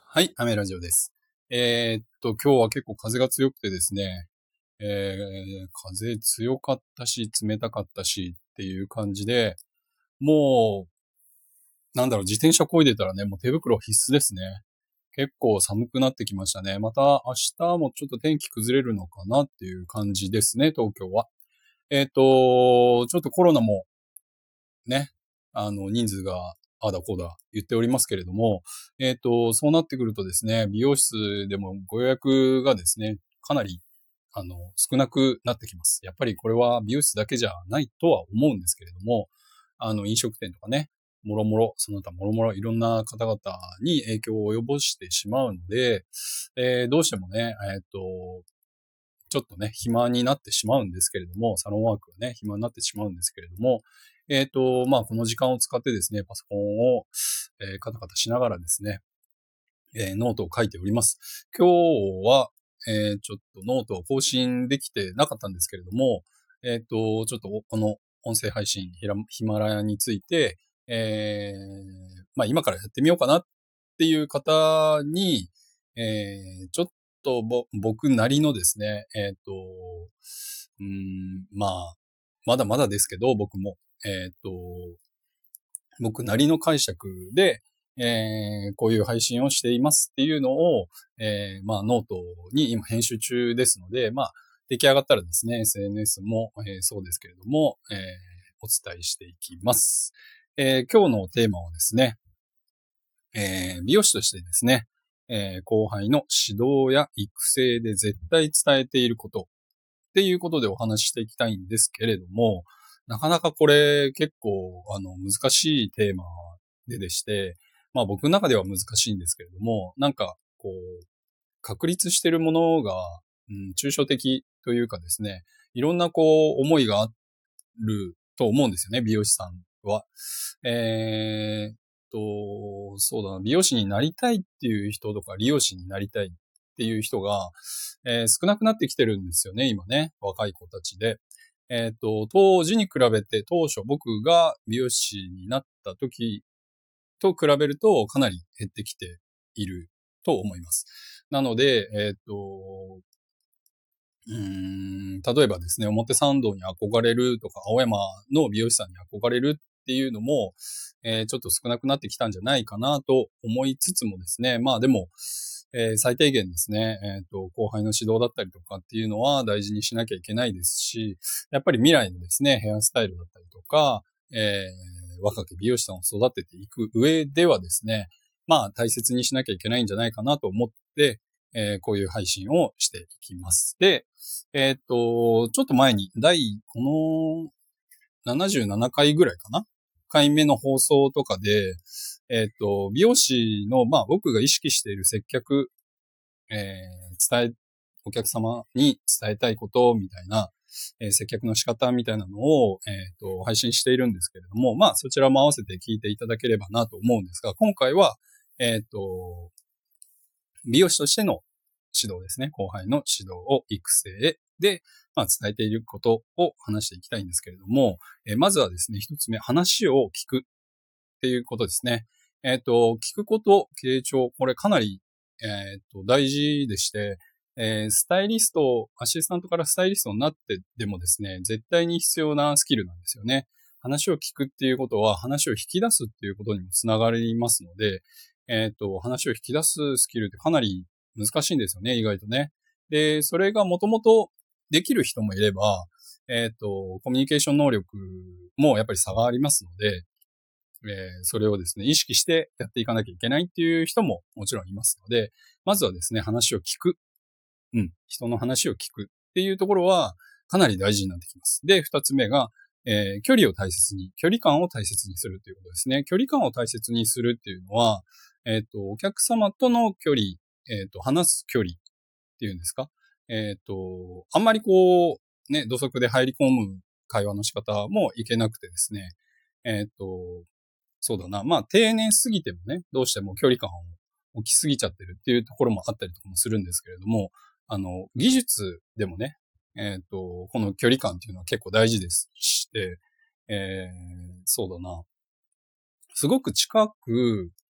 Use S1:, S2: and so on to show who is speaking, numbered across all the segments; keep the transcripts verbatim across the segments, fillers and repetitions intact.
S1: はい、アメラジオです。えーっと、今日は結構風が強くてですね、えー、風強かったし、冷たかったしっていう感じで、もう、なんだろう、自転車漕いでたらね、もう手袋必須ですね。結構寒くなってきましたね。また明日もちょっと天気崩れるのかなっていう感じですね、東京は。えーっと、ちょっとコロナもね、あの、人数がああだこうだ言っておりますけれども、えっと、そうなってくるとですね、美容室でもご予約がですね、かなり、あの、少なくなってきます。やっぱりこれは美容室だけじゃないとは思うんですけれども、あの、飲食店とかね、もろもろ、その他もろもろいろんな方々に影響を及ぼしてしまうので、えーどうしてもね、えっと、ちょっとね、暇になってしまうんですけれども、サロンワークがね、暇になってしまうんですけれども、えっと、まあ、この時間を使ってですね、パソコンを、えーカタカタしながらですね、えーノートを書いております。今日は、えーちょっとノートを更新できてなかったんですけれども、えっと、ちょっとこの音声配信、ヒラヒマラヤについて、えーまあ、今からやってみようかなっていう方に、えーちょっとぼ僕なりのですね、えっと、うーん、まあ、まだまだですけど、僕も、えっと、僕なりの解釈で、えーこういう配信をしていますっていうのを、えーまあ、ノートに今編集中ですので、まあ、出来上がったらですね、エスエヌエス も、えーそうですけれども、えーお伝えしていきます。えー今日のテーマはですね、えー美容師としてですね、えー後輩の指導や育成で絶対伝えていることっていうことでお話ししていきたいんですけれども、なかなかこれ結構あの難しいテーマででして、まあ僕の中では難しいんですけれども、なんかこう確立しているものが、うん、抽象的というかですね、いろんなこう思いがあると思うんですよね、美容師さんは。えーっと、そうだな、美容師になりたいっていう人とか、理容師になりたいっていう人が、えー少なくなってきてるんですよね、今ね、若い子たちで。えーっと、当時に比べて、当初僕が美容師になった時と比べるとかなり減ってきていると思います。なので、えーっと、うーん、例えばですね、表参道に憧れるとか、青山の美容師さんに憧れるっていうのも、えーちょっと少なくなってきたんじゃないかなと思いつつもですね、まあでも、えー最低限ですね、えっと、後輩の指導だったりとかっていうのは大事にしなきゃいけないですし、やっぱり未来のですね、ヘアスタイルだったりとか、えー若き美容師さんを育てていく上ではですね、まあ大切にしなきゃいけないんじゃないかなと思って、えーこういう配信をしていきます。で、えーっと、ちょっと前に、第、このななじゅうななかいぐらいかな回目の放送とかで、えーっと、美容師の、まあ僕が意識している接客、えー伝え、お客様に伝えたいことみたいな、えー接客の仕方みたいなのを、えーっと、配信しているんですけれども、まあそちらも合わせて聞いていただければなと思うんですが、今回は、えーっと、美容師としての指導ですね。後輩の指導を育成で、まあ、伝えていることを話していきたいんですけれども、えーまずはですね、一つ目、話を聞くっていうことですね。えっ、と、聞くこと、傾聴、これかなり、えっ、と、大事でして、えースタイリスト、アシスタントからスタイリストになってでもですね、絶対に必要なスキルなんですよね。話を聞くっていうことは、話を引き出すっていうことにもつながりますので、えっ、と、話を引き出すスキルってかなり難しいんですよね、意外とね。で、それがもともとできる人もいれば、えっ、と、コミュニケーション能力もやっぱり差がありますので、えーそれをですね、意識してやっていかなきゃいけないっていう人ももちろんいますので、まずはですね、話を聞く。うん。人の話を聞くっていうところはかなり大事になってきます。で、二つ目が、えー距離を大切に、距離感を大切にするということですね。距離感を大切にするっていうのは、えっ、と、お客様との距離、えっ、と、話す距離っていうんですか。えっ、と、あんまりこう、ね、土足で入り込む会話の仕方もいけなくてですね、えっ、と、そうだな。まあ、丁寧すぎてもね、どうしても距離感を置きすぎちゃってるっていうところもあったりとかもするんですけれども、あの、技術でもね、えっ、と、この距離感っていうのは結構大事ですして、えー、そうだな。すごく近く、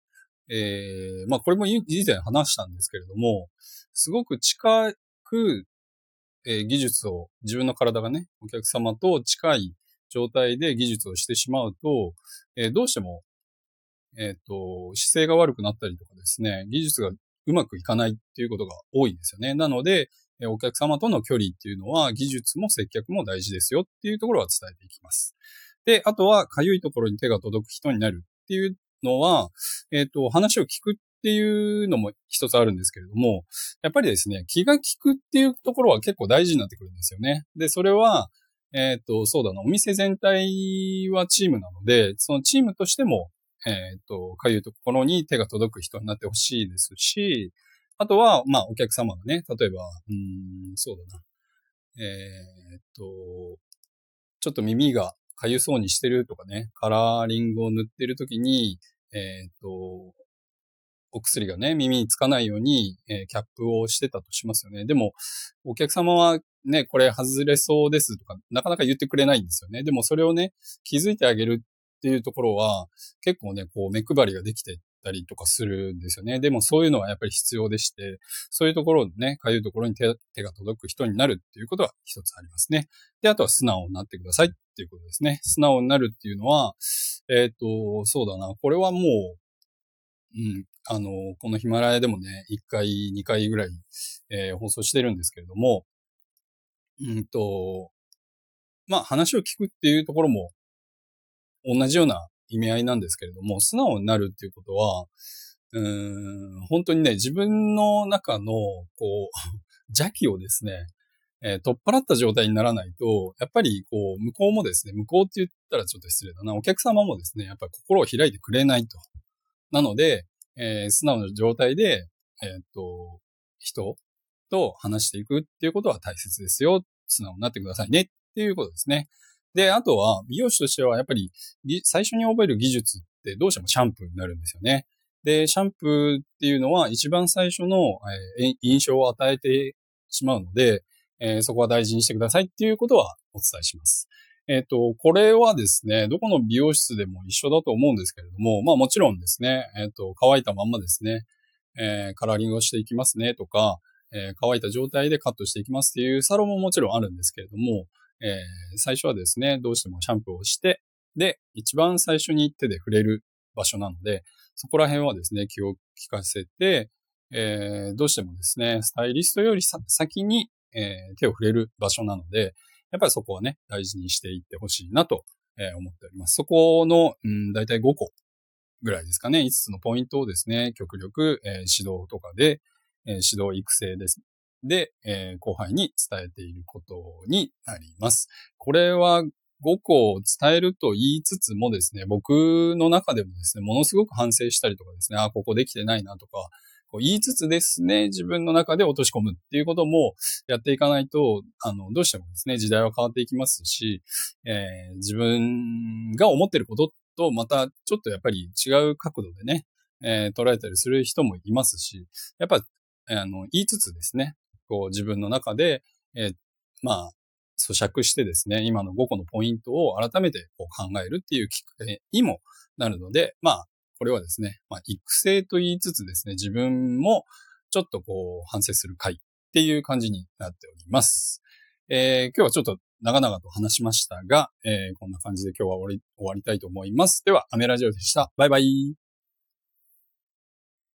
S1: えー、まあこれも以前話したんですけれども、すごく近く、えー技術を、自分の体がね、お客様と近い状態で技術をしてしまうと、えーどうしても、えっと、姿勢が悪くなったりとかですね、技術がうまくいかないっていうことが多いんですよね。なので、えーお客様との距離っていうのは技術も接客も大事ですよっていうところは伝えていきます。で、あとは、かゆいところに手が届く人になるっていうのは、えっと、話を聞くっていうのも一つあるんですけれども、やっぱりですね、気が利くっていうところは結構大事になってくるんですよね。で、それは、えっと、そうだな、お店全体はチームなので、そのチームとしても、えっと、かゆいところに手が届く人になってほしいですし、あとは、まあ、お客様がね、例えば、うーん、そうだな、えっと、ちょっと耳がかゆそうにしてるとかね、カラーリングを塗ってるときに、えっと、お薬がね、耳につかないように、えーキャップをしてたとしますよね。でも、お客様はね、これ外れそうですとか、なかなか言ってくれないんですよね。でもそれをね、気づいてあげるっていうところは、結構ね、こう、目配りができてたりとかするんですよね。でもそういうのはやっぱり必要でして、そういうところをね、かゆいところに手手が届く人になるっていうことは一つありますね。で、あとは素直になってくださいっていうことですね。素直になるっていうのは、えっと、そうだな。これはもう、うん。あの、このヒマラヤでもね、いっかい、にかいぐらい、えー放送してるんですけれども、うんと、まあ話を聞くっていうところも同じような意味合いなんですけれども、素直になるっていうことは、うーん、本当にね、自分の中の、こう、邪気をですね、えー取っ払った状態にならないと、やっぱり、こう、向こうもですね、向こうって言ったらちょっと失礼だな、お客様もですね、やっぱり心を開いてくれないと。なので、えー素直な状態で、えーっと、人と話していくっていうことは大切ですよ。素直になってくださいねっていうことですね。で、あとは、美容師としては、やっぱり、最初に覚える技術ってどうしてもシャンプーになるんですよね。で、シャンプーっていうのは一番最初の、えー印象を与えてしまうので、えーそこは大事にしてくださいっていうことはお伝えします。えっと、これはですね、どこの美容室でも一緒だと思うんですけれども、まあもちろんですね、えっと、乾いたまんまですね、えーカラーリングをしていきますねとか、えー乾いた状態でカットしていきますっていうサロンももちろんあるんですけれども、えー最初はですね、どうしてもシャンプーをして、で、一番最初に手で触れる場所なので、そこら辺はですね、気を利かせて、えーどうしてもですね、スタイリストよりさ先に、えー手を触れる場所なので、やっぱりそこはね、大事にしていってほしいなと、えー思っております。そこの、うん、だいたいごこぐらいですかね、いつつのポイントをですね、極力、えー指導とかで、えー指導育成です。で、えー後輩に伝えていることになります。これはごこを伝えると言いつつもですね、僕の中でもですね、ものすごく反省したりとかですね、あ、ここできてないなとか、こう言いつつですね、自分の中で落とし込むっていうこともやっていかないと、あの、どうしてもですね、時代は変わっていきますし、えー自分が思ってることとまたちょっとやっぱり違う角度でね、えー捉えたりする人もいますし、やっぱ、あの、言いつつですね、こう自分の中で、えーまあ、咀嚼してですね、今のごこのポイントを改めてこう考えるっていうきっかけにもなるので、まあ、これはですね、まあ、育成と言いつつですね、自分もちょっとこう反省する回っていう感じになっております。えー今日はちょっと長々と話しましたが、えーこんな感じで今日は終わり、終わりたいと思います。では、アメラジオでした。バイバイ。